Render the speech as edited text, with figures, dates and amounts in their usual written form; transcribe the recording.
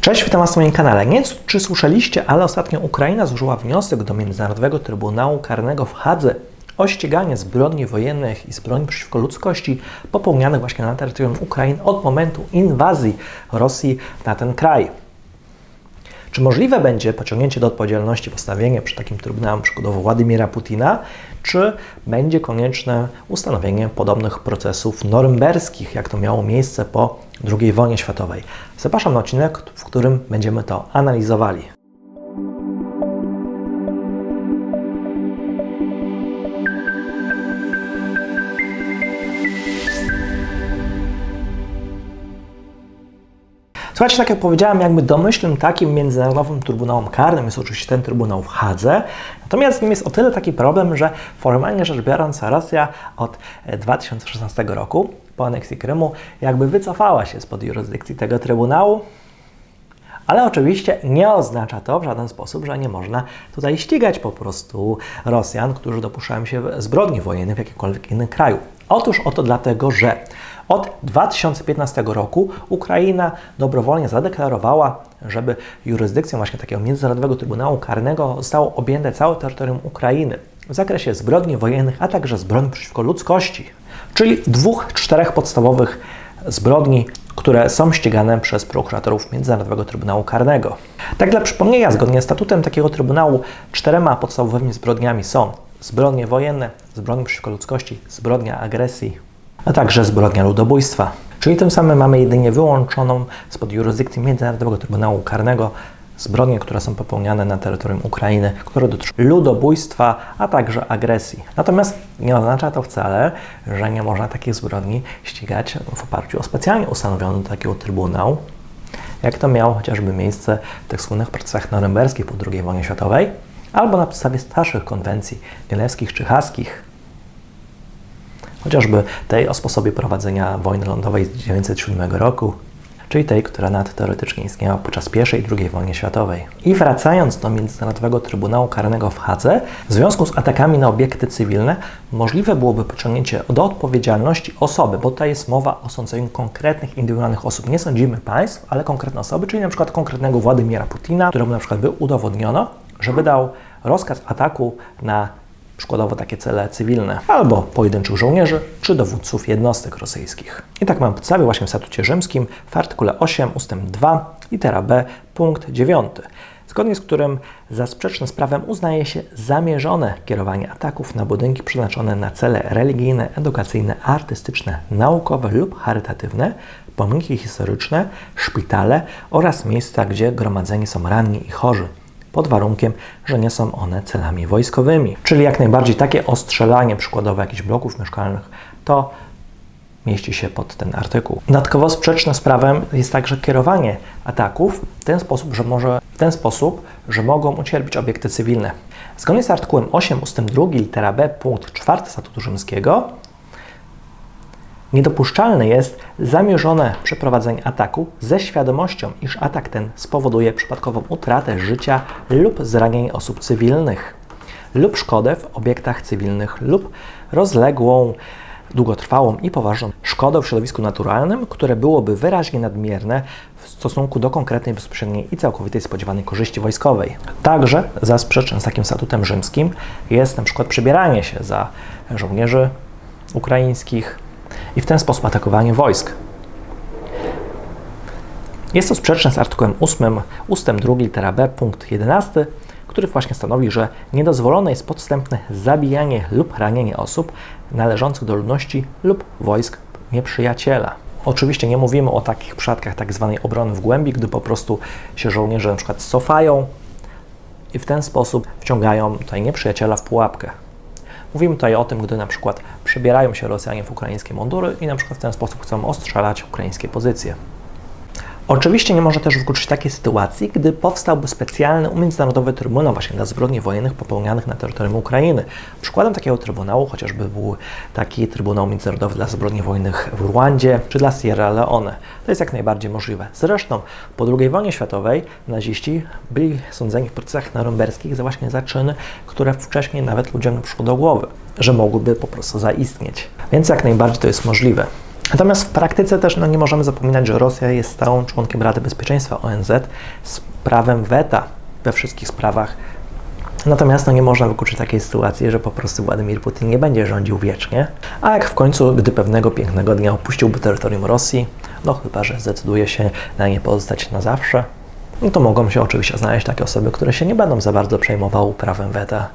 Cześć, witam Was na moim kanale. Nie wiem, czy słyszeliście, ale ostatnio Ukraina złożyła wniosek do Międzynarodowego Trybunału Karnego w Hadze o ściganie zbrodni wojennych i zbrodni przeciwko ludzkości popełnianych właśnie na terytorium Ukrainy od momentu inwazji Rosji na ten kraj. Czy możliwe będzie pociągnięcie do odpowiedzialności, postawienie przed takim trybunałem przykładowo Władimira Putina, czy będzie konieczne ustanowienie podobnych procesów norymberskich, jak to miało miejsce po II wojnie światowej? Zapraszam na odcinek, w którym będziemy to analizowali. Słuchajcie, tak jak powiedziałem, jakby domyślnym takim międzynarodowym trybunałem karnym jest oczywiście ten trybunał w Hadze. Natomiast z nim jest o tyle taki problem, że formalnie rzecz biorąc Rosja od 2016 roku po aneksji Krymu jakby wycofała się spod jurysdykcji tego trybunału. Ale oczywiście nie oznacza to w żaden sposób, że nie można tutaj ścigać po prostu Rosjan, którzy dopuszczają się zbrodni wojennych w jakimkolwiek innym kraju. Otóż oto dlatego, że od 2015 roku Ukraina dobrowolnie zadeklarowała, żeby jurysdykcją właśnie takiego Międzynarodowego Trybunału Karnego zostało objęte całe terytorium Ukrainy w zakresie zbrodni wojennych, a także zbrodni przeciwko ludzkości, czyli 2-4 podstawowych zbrodni, które są ścigane przez prokuratorów Międzynarodowego Trybunału Karnego. Tak dla przypomnienia, zgodnie z statutem takiego trybunału 4 podstawowymi zbrodniami są zbrodnie wojenne, zbrodnie przeciwko ludzkości, zbrodnia agresji, a także zbrodnia ludobójstwa. Czyli tym samym mamy jedynie wyłączoną spod jurysdykcji Międzynarodowego Trybunału Karnego zbrodnie, które są popełniane na terytorium Ukrainy, które dotyczą ludobójstwa, a także agresji. Natomiast nie oznacza to wcale, że nie można takich zbrodni ścigać w oparciu o specjalnie ustanowiony takiego trybunał, jak to miało chociażby miejsce w tych słynnych procesach norymberskich po II wojnie światowej, albo na podstawie starszych konwencji genewskich czy haskich, chociażby tej o sposobie prowadzenia wojny lądowej z 1907 roku, czyli tej, która nawet teoretycznie istniała podczas I i II wojny światowej. I wracając do Międzynarodowego Trybunału Karnego w Hadze, w związku z atakami na obiekty cywilne możliwe byłoby pociągnięcie do odpowiedzialności osoby, bo tutaj jest mowa o sądzeniu konkretnych, indywidualnych osób. Nie sądzimy państw, ale konkretne osoby, czyli na przykład konkretnego Władimira Putina, któremu na przykład by udowodniono, że wydał rozkaz ataku na przykładowo takie cele cywilne, albo pojedynczych żołnierzy, czy dowódców jednostek rosyjskich. I tak mamy podstawie właśnie w statucie rzymskim w artykule 8 ustęp 2 litera b punkt 9, zgodnie z którym za sprzeczne z prawem uznaje się zamierzone kierowanie ataków na budynki przeznaczone na cele religijne, edukacyjne, artystyczne, naukowe lub charytatywne, pomniki historyczne, szpitale oraz miejsca, gdzie gromadzeni są ranni i chorzy, pod warunkiem, że nie są one celami wojskowymi. Czyli jak najbardziej takie ostrzelanie przykładowo jakichś bloków mieszkalnych to mieści się pod ten artykuł. Dodatkowo sprzeczne z prawem jest także kierowanie ataków w ten sposób, że mogą ucierpieć obiekty cywilne. Zgodnie z artykułem 8 ustęp 2 litera b punkt 4 statutu rzymskiego niedopuszczalne jest zamierzone przeprowadzenie ataku ze świadomością, iż atak ten spowoduje przypadkową utratę życia lub zranienie osób cywilnych, lub szkodę w obiektach cywilnych, lub rozległą, długotrwałą i poważną szkodę w środowisku naturalnym, które byłoby wyraźnie nadmierne w stosunku do konkretnej, bezpośredniej i całkowitej spodziewanej korzyści wojskowej. Także za sprzecznym z takim statutem rzymskim jest na przykład przebieranie się za żołnierzy ukraińskich i w ten sposób atakowanie wojsk. Jest to sprzeczne z artykułem 8 ustęp 2 litera b punkt 11, który właśnie stanowi, że niedozwolone jest podstępne zabijanie lub ranienie osób należących do ludności lub wojsk nieprzyjaciela. Oczywiście nie mówimy o takich przypadkach tak zwanej obrony w głębi, gdy po prostu się żołnierze na przykład cofają i w ten sposób wciągają tutaj nieprzyjaciela w pułapkę. Mówimy tutaj o tym, gdy na przykład przebierają się Rosjanie w ukraińskie mundury i na przykład w ten sposób chcą ostrzelać ukraińskie pozycje. Oczywiście nie może też wykluczyć takiej sytuacji, gdy powstałby specjalny międzynarodowy trybunał właśnie dla zbrodni wojennych popełnianych na terytorium Ukrainy. Przykładem takiego trybunału chociażby był taki trybunał międzynarodowy dla zbrodni wojennych w Rwandzie czy dla Sierra Leone. To jest jak najbardziej możliwe. Zresztą po II wojnie światowej naziści byli sądzeni w procesach norymberskich za czyny, które wcześniej nawet ludziom nie przyszło do głowy, że mogłyby po prostu zaistnieć. Więc jak najbardziej to jest możliwe. Natomiast w praktyce też nie możemy zapominać, że Rosja jest stałym członkiem Rady Bezpieczeństwa ONZ z prawem weta we wszystkich sprawach. Natomiast nie można wykluczyć takiej sytuacji, że po prostu Władimir Putin nie będzie rządził wiecznie, a jak w końcu, gdy pewnego pięknego dnia opuściłby terytorium Rosji, chyba że zdecyduje się na nie pozostać na zawsze, to mogą się oczywiście znaleźć takie osoby, które się nie będą za bardzo przejmowały prawem weta